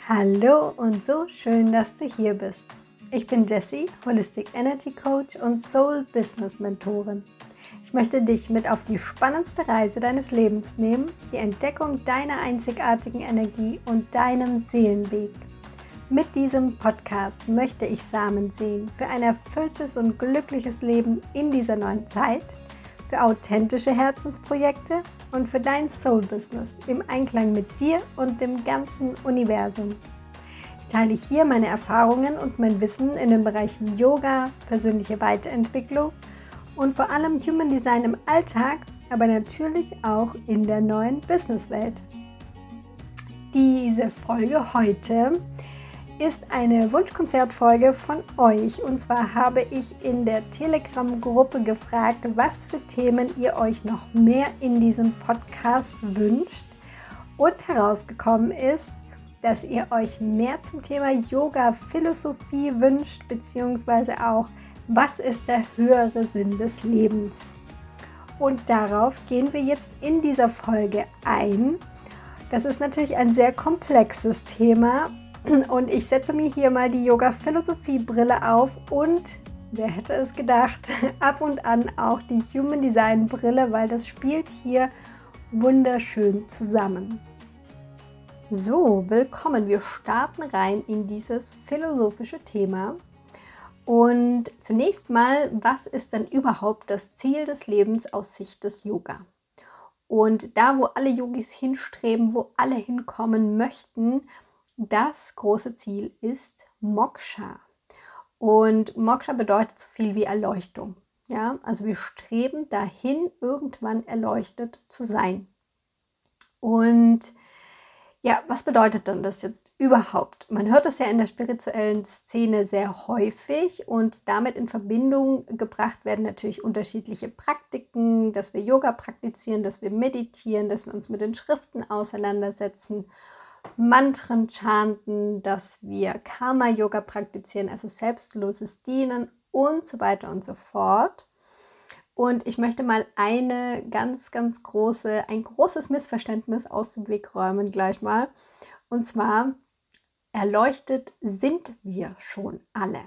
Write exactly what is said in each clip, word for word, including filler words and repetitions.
Hallo und so schön, dass du hier bist. Ich bin Jessie, Holistic Energy Coach und Soul Business Mentorin. Ich möchte dich mit auf die spannendste Reise deines Lebens nehmen, die Entdeckung deiner einzigartigen Energie und deinem Seelenweg. Mit diesem Podcast möchte ich Samen säen für ein erfülltes und glückliches Leben in dieser neuen Zeit, für authentische Herzensprojekte und für dein Soul-Business im Einklang mit dir und dem ganzen Universum. Ich teile hier meine Erfahrungen und mein Wissen in den Bereichen Yoga, persönliche Weiterentwicklung und vor allem Human Design im Alltag, aber natürlich auch in der neuen Businesswelt. Diese Folge heute ist eine Wunschkonzertfolge von euch, und zwar habe ich in der Telegram-Gruppe gefragt, was für Themen ihr euch noch mehr in diesem Podcast wünscht, und herausgekommen ist, dass ihr euch mehr zum Thema Yoga-Philosophie wünscht, beziehungsweise auch, was ist der höhere Sinn des Lebens. Und darauf gehen wir jetzt in dieser Folge ein. Das ist natürlich ein sehr komplexes Thema. Und ich setze mir hier mal die Yoga-Philosophie-Brille auf und, wer hätte es gedacht, ab und an auch die Human Design-Brille, weil das spielt hier wunderschön zusammen. So, willkommen. Wir starten rein in dieses philosophische Thema. Und zunächst mal, was ist denn überhaupt das Ziel des Lebens aus Sicht des Yoga? Und da, wo alle Yogis hinstreben, wo alle hinkommen möchten, das große Ziel ist Moksha. Und Moksha bedeutet so viel wie Erleuchtung. Ja? Also wir streben dahin, irgendwann erleuchtet zu sein. Und ja, was bedeutet denn das jetzt überhaupt? Man hört das ja in der spirituellen Szene sehr häufig, und damit in Verbindung gebracht werden natürlich unterschiedliche Praktiken, dass wir Yoga praktizieren, dass wir meditieren, dass wir uns mit den Schriften auseinandersetzen, Mantren chanten, dass wir Karma-Yoga praktizieren, also selbstloses Dienen und so weiter und so fort. Und ich möchte mal eine ganz, ganz große, ein großes Missverständnis aus dem Weg räumen gleich mal. Und zwar, erleuchtet sind wir schon alle.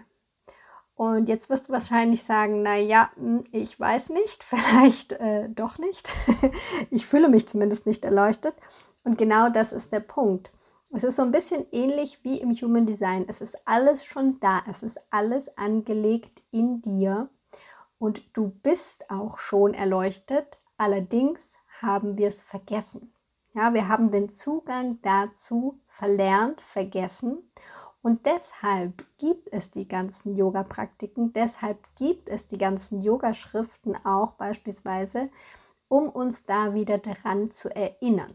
Und jetzt wirst du wahrscheinlich sagen, naja, ich weiß nicht, vielleicht äh, doch nicht. Ich fühle mich zumindest nicht erleuchtet. Und genau das ist der Punkt. Es ist so ein bisschen ähnlich wie im Human Design. Es ist alles schon da. Es ist alles angelegt in dir. Und du bist auch schon erleuchtet. Allerdings haben wir es vergessen. Ja, wir haben den Zugang dazu verlernt, vergessen. Und deshalb gibt es die ganzen Yoga-Praktiken. Deshalb gibt es die ganzen Yoga-Schriften auch beispielsweise, um uns da wieder daran zu erinnern.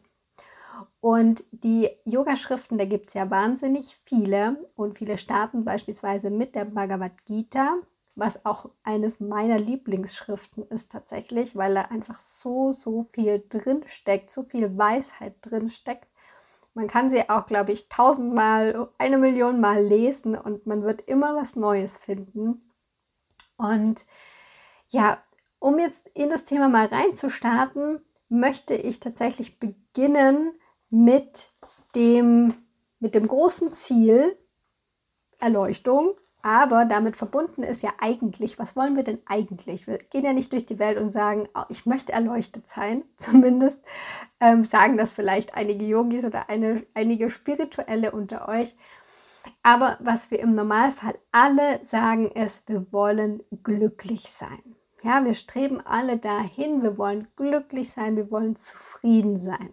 Und die Yoga-Schriften, da gibt es ja wahnsinnig viele, und viele starten beispielsweise mit der Bhagavad Gita, was auch eines meiner Lieblingsschriften ist tatsächlich, weil da einfach so, so viel drin steckt, so viel Weisheit drin steckt. Man kann sie auch, glaube ich, tausendmal, eine Million Mal lesen, und man wird immer was Neues finden. Und ja, um jetzt in das Thema mal reinzustarten, möchte ich tatsächlich beginnen mit dem, mit dem großen Ziel Erleuchtung, aber damit verbunden ist ja eigentlich, was wollen wir denn eigentlich? Wir gehen ja nicht durch die Welt und sagen, oh, ich möchte erleuchtet sein. Zumindest ähm, sagen das vielleicht einige Yogis oder eine, einige Spirituelle unter euch. Aber was wir im Normalfall alle sagen, ist, wir wollen glücklich sein. Ja, wir streben alle dahin, wir wollen glücklich sein, wir wollen zufrieden sein.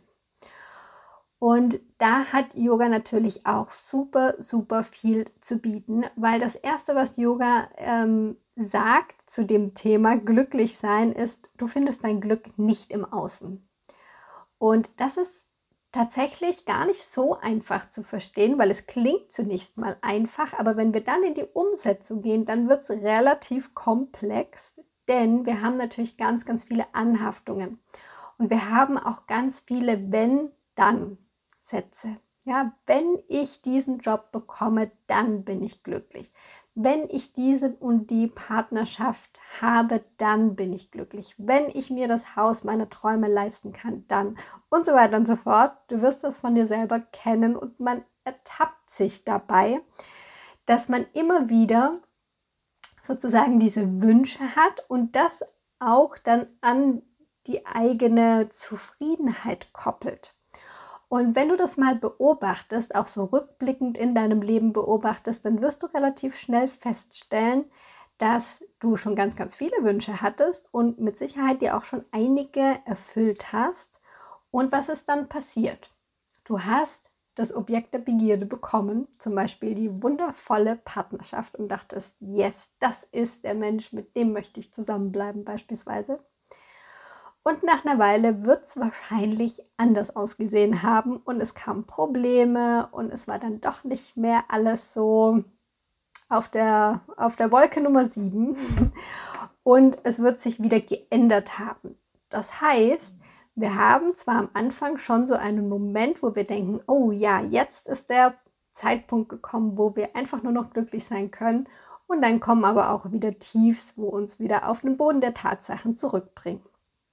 Und da hat Yoga natürlich auch super, super viel zu bieten, weil das Erste, was Yoga ähm, sagt zu dem Thema glücklich sein, ist, du findest dein Glück nicht im Außen. Und das ist tatsächlich gar nicht so einfach zu verstehen, weil es klingt zunächst mal einfach, aber wenn wir dann in die Umsetzung gehen, dann wird es relativ komplex, denn wir haben natürlich ganz, ganz viele Anhaftungen. Und wir haben auch ganz viele Wenn-Dann. Sätze. Ja, wenn ich diesen Job bekomme, dann bin ich glücklich. wenn ich diese und die Partnerschaft habe, dann bin ich glücklich. Wenn ich mir das Haus meiner Träume leisten kann, dann und so weiter und so fort. Du wirst das von dir selber kennen und man ertappt sich dabei, dass man immer wieder sozusagen diese Wünsche hat und das auch dann an die eigene Zufriedenheit koppelt. Und wenn du das mal beobachtest, auch so rückblickend in deinem Leben beobachtest, dann wirst du relativ schnell feststellen, dass du schon ganz, ganz viele Wünsche hattest und mit Sicherheit dir auch schon einige erfüllt hast. Und was ist dann passiert? Du hast das Objekt der Begierde bekommen, zum Beispiel die wundervolle Partnerschaft und dachtest, yes, das ist der Mensch, mit dem möchte ich zusammenbleiben beispielsweise. Und nach einer Weile wird es wahrscheinlich anders ausgesehen haben und es kamen Probleme und es war dann doch nicht mehr alles so auf der, auf der Wolke Nummer sieben und es wird sich wieder geändert haben. Das heißt, wir haben zwar am Anfang schon so einen Moment, wo wir denken, oh ja, jetzt ist der Zeitpunkt gekommen, wo wir einfach nur noch glücklich sein können und dann kommen aber auch wieder Tiefs, wo uns wieder auf den Boden der Tatsachen zurückbringen.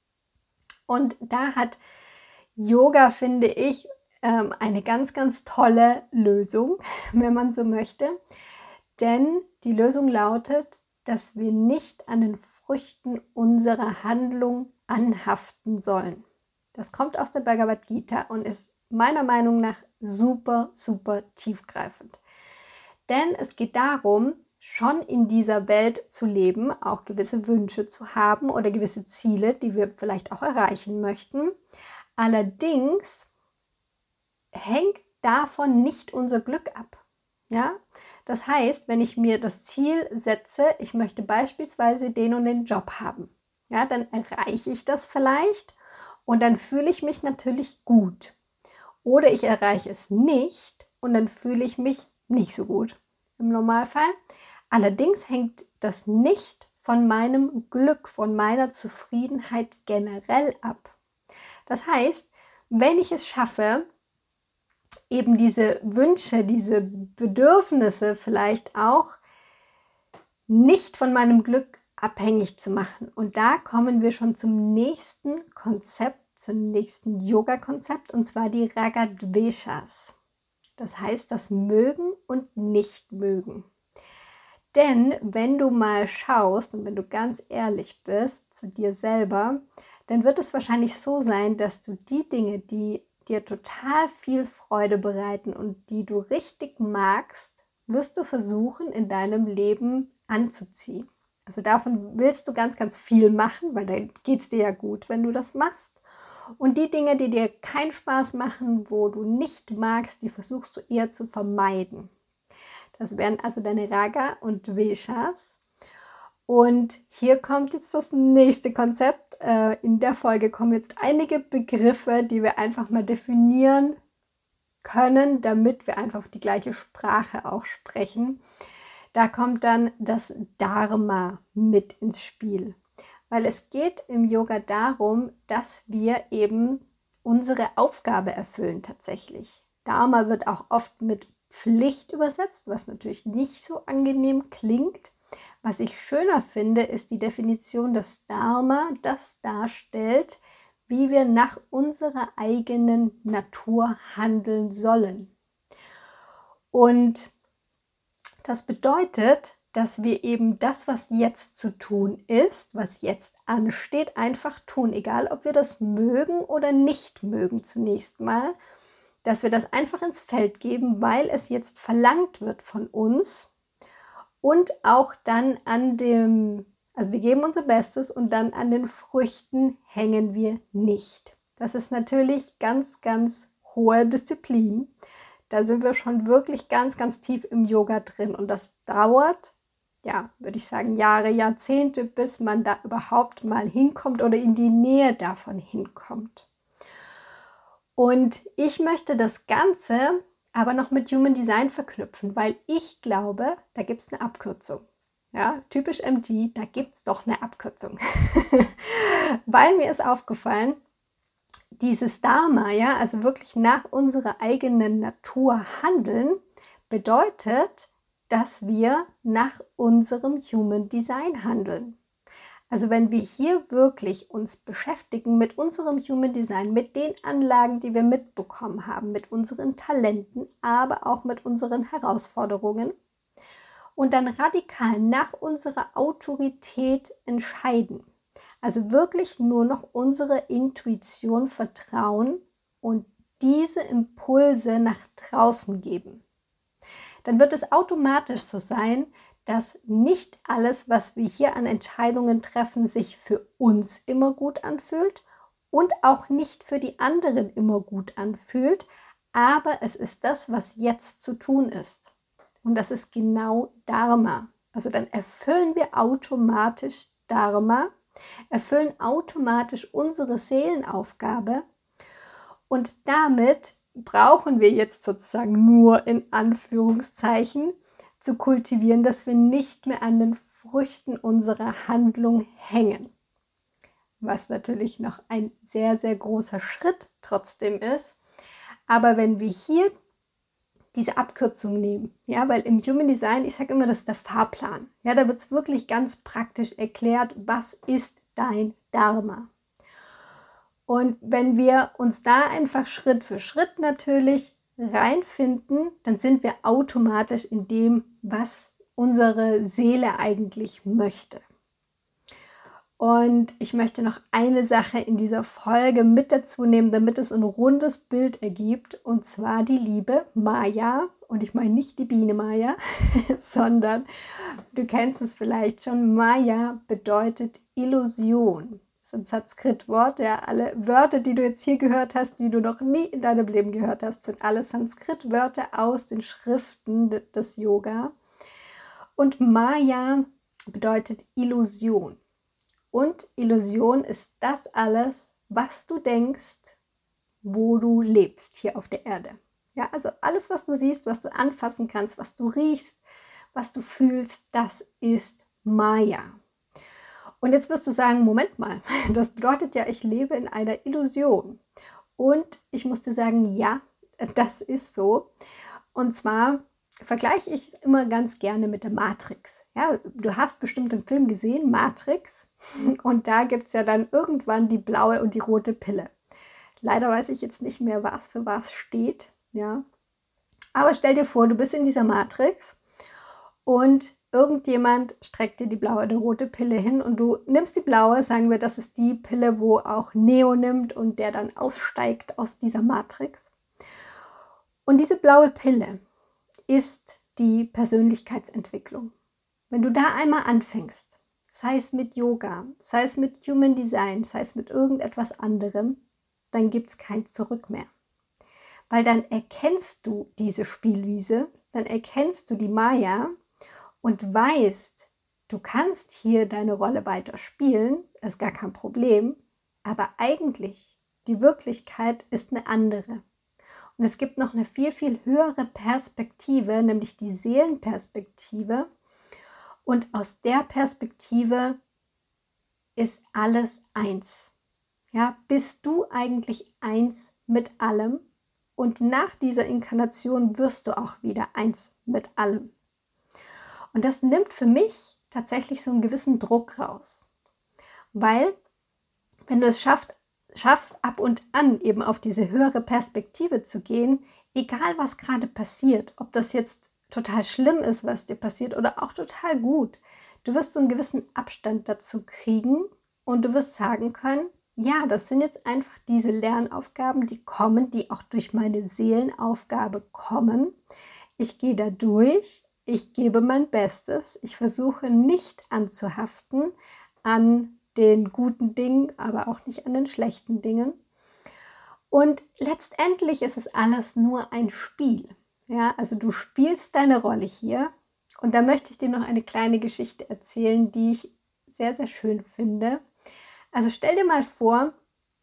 Und da hat Yoga, finde ich, eine ganz, ganz tolle Lösung, wenn man so möchte. Denn die Lösung lautet, dass wir nicht an den Früchten unserer Handlung anhaften sollen. Das kommt aus der Bhagavad Gita und ist meiner Meinung nach super, super tiefgreifend. Denn es geht darum, schon in dieser Welt zu leben, auch gewisse Wünsche zu haben oder gewisse Ziele, die wir vielleicht auch erreichen möchten. Allerdings hängt davon nicht unser Glück ab. Ja? Das heißt, wenn ich mir das Ziel setze, ich möchte beispielsweise den und den Job haben, ja, dann erreiche ich das vielleicht und dann fühle ich mich natürlich gut. Oder ich erreiche es nicht und dann fühle ich mich nicht so gut im Normalfall. Allerdings hängt das nicht von meinem Glück, von meiner Zufriedenheit generell ab. Das heißt, wenn ich es schaffe, eben diese Wünsche, diese Bedürfnisse vielleicht auch nicht von meinem Glück abhängig zu machen. Und da kommen wir schon zum nächsten Konzept, zum nächsten Yoga-Konzept, und zwar die Ragadveshas. Das heißt, das Mögen und Nicht-Mögen. Denn wenn du mal schaust und wenn du ganz ehrlich bist zu dir selber, dann wird es wahrscheinlich so sein, dass du die Dinge, die dir total viel Freude bereiten und die du richtig magst, wirst du versuchen, in deinem Leben anzuziehen. Also davon willst du ganz, ganz viel machen, weil dann geht es dir ja gut, wenn du das machst. Und die Dinge, die dir keinen Spaß machen, wo du nicht magst, die versuchst du eher zu vermeiden. Das wären also deine Raga und Veshas. Und hier kommt jetzt das nächste Konzept. In der Folge kommen jetzt einige Begriffe, die wir einfach mal definieren können, damit wir einfach die gleiche Sprache auch sprechen. Da kommt dann das Dharma mit ins Spiel. Weil es geht im Yoga darum, dass wir eben unsere Aufgabe erfüllen tatsächlich. Dharma wird auch oft mit Pflicht übersetzt, was natürlich nicht so angenehm klingt. Was ich schöner finde, ist die Definition, dass Dharma das darstellt, wie wir nach unserer eigenen Natur handeln sollen. Und das bedeutet, dass wir eben das, was jetzt zu tun ist, was jetzt ansteht, einfach tun, egal ob wir das mögen oder nicht mögen zunächst mal, dass wir das einfach ins Feld geben, weil es jetzt verlangt wird von uns und auch dann an dem, also wir geben unser Bestes und dann an den Früchten hängen wir nicht. Das ist natürlich ganz, ganz hohe Disziplin. Da sind wir schon wirklich ganz, ganz tief im Yoga drin und das dauert, ja, würde ich sagen, Jahre, Jahrzehnte, bis man da überhaupt mal hinkommt oder in die Nähe davon hinkommt. Und ich möchte das Ganze aber noch mit Human Design verknüpfen, weil ich glaube, da gibt es eine Abkürzung. Ja, typisch M G, da gibt es doch eine Abkürzung. Weil mir ist aufgefallen, dieses Dharma, ja, also wirklich nach unserer eigenen Natur handeln, bedeutet, dass wir nach unserem Human Design handeln. Also wenn wir hier wirklich uns beschäftigen mit unserem Human Design, mit den Anlagen, die wir mitbekommen haben, mit unseren Talenten, aber auch mit unseren Herausforderungen und dann radikal nach unserer Autorität entscheiden, also wirklich nur noch unsere Intuition vertrauen und diese Impulse nach draußen geben, dann wird es automatisch so sein, dass nicht alles, was wir hier an Entscheidungen treffen, sich für uns immer gut anfühlt und auch nicht für die anderen immer gut anfühlt, aber es ist das, was jetzt zu tun ist. Und das ist genau Dharma. Also dann erfüllen wir automatisch Dharma, erfüllen automatisch unsere Seelenaufgabe und damit brauchen wir jetzt sozusagen nur in Anführungszeichen zu kultivieren, dass wir nicht mehr an den Früchten unserer Handlung hängen. Was natürlich noch ein sehr, sehr großer Schritt trotzdem ist. Aber wenn wir hier diese Abkürzung nehmen, ja, weil im Human Design, ich sage immer, das ist der Fahrplan. Ja, da wird es wirklich ganz praktisch erklärt, was ist dein Dharma. Und wenn wir uns da einfach Schritt für Schritt natürlich reinfinden, dann sind wir automatisch in dem, was unsere Seele eigentlich möchte. Und ich möchte noch eine Sache in dieser Folge mit dazu nehmen, damit es ein rundes Bild ergibt, und zwar die liebe Maya. Und ich meine nicht die Biene Maya, sondern du kennst es vielleicht schon, Maya bedeutet Illusion. Das ist ein Sanskrit-Wort. Ja, alle Wörter, die du jetzt hier gehört hast, die du noch nie in deinem Leben gehört hast, sind alle Sanskrit-Wörter aus den Schriften des Yoga. Und Maya bedeutet Illusion. Und Illusion ist das alles, was du denkst, wo du lebst hier auf der Erde. Ja, also alles, was du siehst, was du anfassen kannst, was du riechst, was du fühlst, das ist Maya. Und jetzt wirst du sagen, Moment mal, das bedeutet ja, ich lebe in einer Illusion. Und ich muss dir sagen, ja, das ist so. Und zwar vergleiche ich es immer ganz gerne mit der Matrix. Ja, du hast bestimmt den Film gesehen, Matrix. Und da gibt es ja dann irgendwann die blaue und die rote Pille. Leider weiß ich jetzt nicht mehr, was für was steht. Ja. Aber stell dir vor, du bist in dieser Matrix und irgendjemand streckt dir die blaue oder rote Pille hin und du nimmst die blaue, sagen wir, das ist die Pille, wo auch Neo nimmt und der dann aussteigt aus dieser Matrix. Und diese blaue Pille ist die Persönlichkeitsentwicklung. Wenn du da einmal anfängst, sei es mit Yoga, sei es mit Human Design, sei es mit irgendetwas anderem, dann gibt es kein Zurück mehr. Weil dann erkennst du diese Spielwiese, dann erkennst du die Maya und weißt, du kannst hier deine Rolle weiter spielen, ist gar kein Problem, aber eigentlich die Wirklichkeit ist eine andere. Und es gibt noch eine viel, viel höhere Perspektive, nämlich die Seelenperspektive. Und aus der Perspektive ist alles eins. Ja, bist du eigentlich eins mit allem? Und nach dieser Inkarnation wirst du auch wieder eins mit allem. Und das nimmt für mich tatsächlich so einen gewissen Druck raus. Weil, wenn du es schaffst, schaffst ab und an eben auf diese höhere Perspektive zu gehen, egal was gerade passiert, ob das jetzt total schlimm ist, was dir passiert oder auch total gut, du wirst so einen gewissen Abstand dazu kriegen und du wirst sagen können, ja, das sind jetzt einfach diese Lernaufgaben, die kommen, die auch durch meine Seelenaufgabe kommen. Ich gehe da durch, ich gebe mein Bestes, ich versuche nicht anzuhaften an den guten Dingen, aber auch nicht an den schlechten Dingen. Und letztendlich ist es alles nur ein Spiel. Ja, also du spielst deine Rolle hier. Und da möchte ich dir noch eine kleine Geschichte erzählen, die ich sehr, sehr schön finde. Also stell dir mal vor,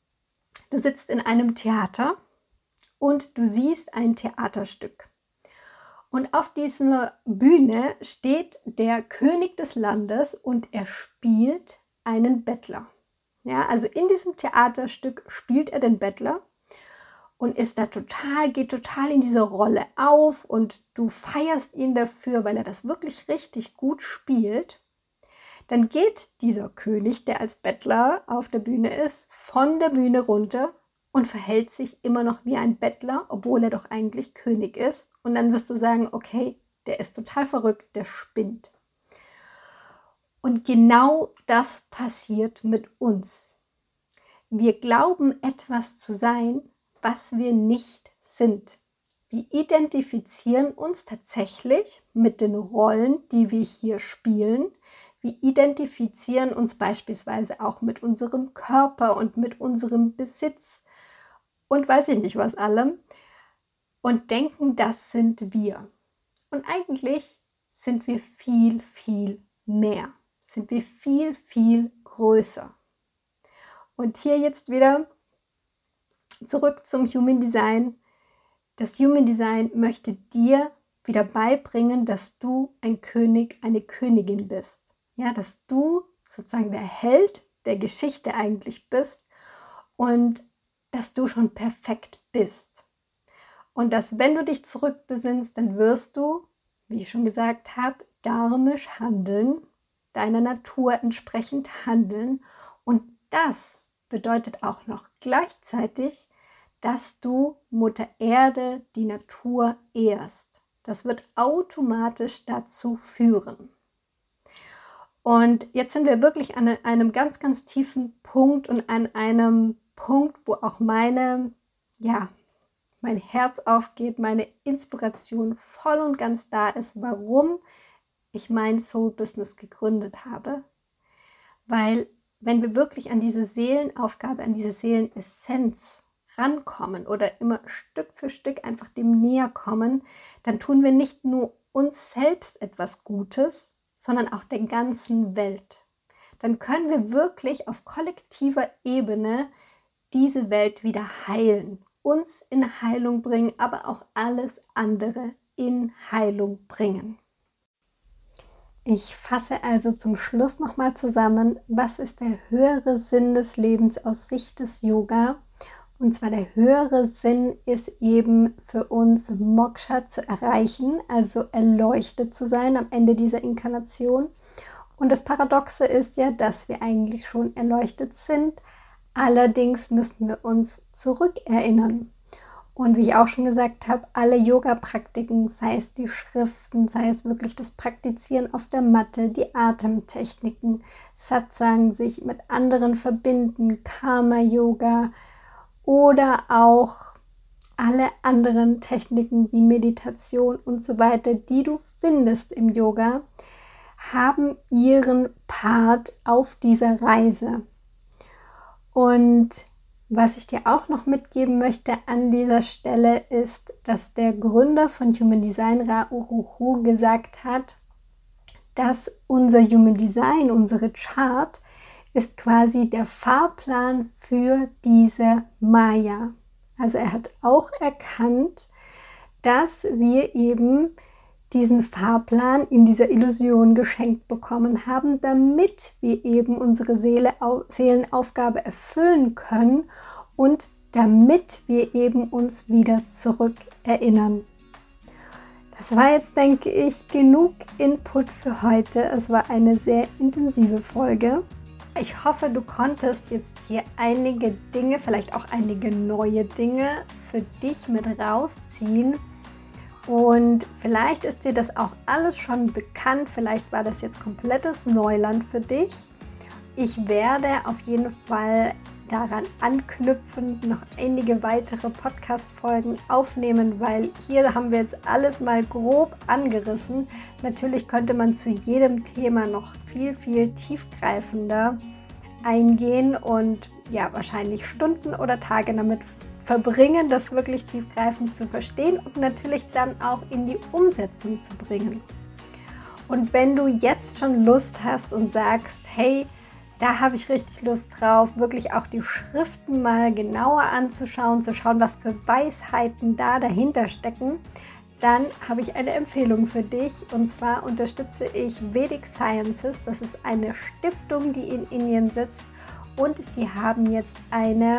du sitzt in einem Theater und du siehst ein Theaterstück. Und auf dieser Bühne steht der König des Landes und er spielt einen Bettler. Ja, also in diesem Theaterstück spielt er den Bettler und ist da total, geht total in diese Rolle auf und du feierst ihn dafür, weil er das wirklich richtig gut spielt, dann geht dieser König, der als Bettler auf der Bühne ist, von der Bühne runter und verhält sich immer noch wie ein Bettler, obwohl er doch eigentlich König ist. Und dann wirst du sagen, okay, der ist total verrückt, der spinnt. Und genau das passiert mit uns. Wir glauben, etwas zu sein, was wir nicht sind. Wir identifizieren uns tatsächlich mit den Rollen, die wir hier spielen. Wir identifizieren uns beispielsweise auch mit unserem Körper und mit unserem Besitz und weiß ich nicht was allem und denken, das sind wir. Und eigentlich sind wir viel, viel mehr. Sind wir viel, viel größer. Und hier jetzt wieder zurück zum Human Design. Das Human Design möchte dir wieder beibringen, dass du ein König, eine Königin bist. Ja, dass du sozusagen der Held der Geschichte eigentlich bist und dass du schon perfekt bist. Und dass, wenn du dich zurückbesinnst, dann wirst du, wie ich schon gesagt habe, dharmisch handeln, deiner Natur entsprechend handeln. Und das bedeutet auch noch gleichzeitig, dass du Mutter Erde, die Natur ehrst. Das wird automatisch dazu führen. Und jetzt sind wir wirklich an einem ganz, ganz tiefen Punkt und an einem Punkt, wo auch meine, ja, mein Herz aufgeht, meine Inspiration voll und ganz da ist, warum ich mein Soul Business gegründet habe. Weil wenn wir wirklich an diese Seelenaufgabe, an diese Seelenessenz rankommen oder immer Stück für Stück einfach dem näher kommen, dann tun wir nicht nur uns selbst etwas Gutes, sondern auch der ganzen Welt. Dann können wir wirklich auf kollektiver Ebene diese Welt wieder heilen, uns in Heilung bringen, aber auch alles andere in Heilung bringen. Ich fasse also zum Schluss nochmal zusammen, was ist der höhere Sinn des Lebens aus Sicht des Yoga? Und zwar der höhere Sinn ist eben für uns Moksha zu erreichen, also erleuchtet zu sein am Ende dieser Inkarnation. Und das Paradoxe ist ja, dass wir eigentlich schon erleuchtet sind. Allerdings müssen wir uns zurückerinnern. Und wie ich auch schon gesagt habe, alle Yoga-Praktiken, sei es die Schriften, sei es wirklich das Praktizieren auf der Matte, die Atemtechniken, Satsang, sich mit anderen verbinden, Karma-Yoga, oder auch alle anderen Techniken wie Meditation und so weiter, die du findest im Yoga, haben ihren Part auf dieser Reise. Und was ich dir auch noch mitgeben möchte an dieser Stelle ist, dass der Gründer von Human Design, Ra Uru Hu, gesagt hat, dass unser Human Design, unsere Chart, ist quasi der Fahrplan für diese Maya. Also er hat auch erkannt, dass wir eben diesen Fahrplan in dieser Illusion geschenkt bekommen haben, damit wir eben unsere Seele, Seelenaufgabe erfüllen können und damit wir eben uns wieder zurück erinnern. Das war jetzt, denke ich, genug Input für heute. Es war eine sehr intensive Folge. Ich hoffe, du konntest jetzt hier einige Dinge, vielleicht auch einige neue Dinge für dich mit rausziehen. Und vielleicht ist dir das auch alles schon bekannt, vielleicht war das jetzt komplettes Neuland für dich. Ich werde auf jeden Fall daran anknüpfend noch einige weitere Podcast-Folgen aufnehmen, weil hier haben wir jetzt alles mal grob angerissen. Natürlich könnte man zu jedem Thema noch viel, viel tiefgreifender eingehen und ja, wahrscheinlich Stunden oder Tage damit verbringen, das wirklich tiefgreifend zu verstehen und natürlich dann auch in die Umsetzung zu bringen. Und wenn du jetzt schon Lust hast und sagst, hey, da habe ich richtig Lust drauf, wirklich auch die Schriften mal genauer anzuschauen, zu schauen, was für Weisheiten da dahinter stecken, dann habe ich eine Empfehlung für dich. Und zwar unterstütze ich Vedic Sciences. Das ist eine Stiftung, die in Indien sitzt. Und die haben jetzt eine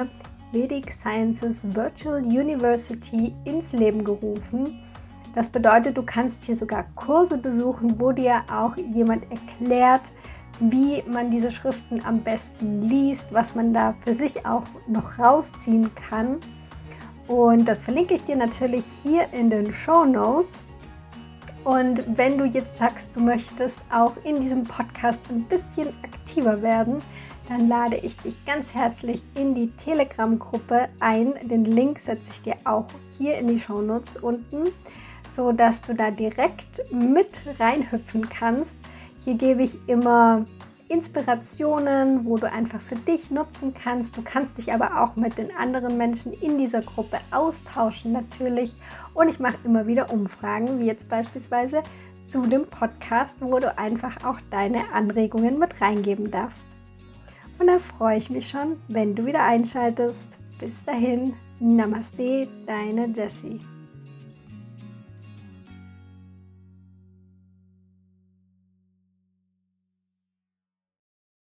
Vedic Sciences Virtual University ins Leben gerufen. Das bedeutet, du kannst hier sogar Kurse besuchen, wo dir auch jemand erklärt, wie man diese Schriften am besten liest, was man da für sich auch noch rausziehen kann. Und das verlinke ich dir natürlich hier in den Shownotes. Und wenn du jetzt sagst, du möchtest auch in diesem Podcast ein bisschen aktiver werden, dann lade ich dich ganz herzlich in die Telegram-Gruppe ein. Den Link setze ich dir auch hier in die Shownotes unten, so dass du da direkt mit reinhüpfen kannst. Hier gebe ich immer Inspirationen, wo du einfach für dich nutzen kannst. Du kannst dich aber auch mit den anderen Menschen in dieser Gruppe austauschen natürlich. Und ich mache immer wieder Umfragen, wie jetzt beispielsweise zu dem Podcast, wo du einfach auch deine Anregungen mit reingeben darfst. Und dann freue ich mich schon, wenn du wieder einschaltest. Bis dahin, Namaste, deine Jessie.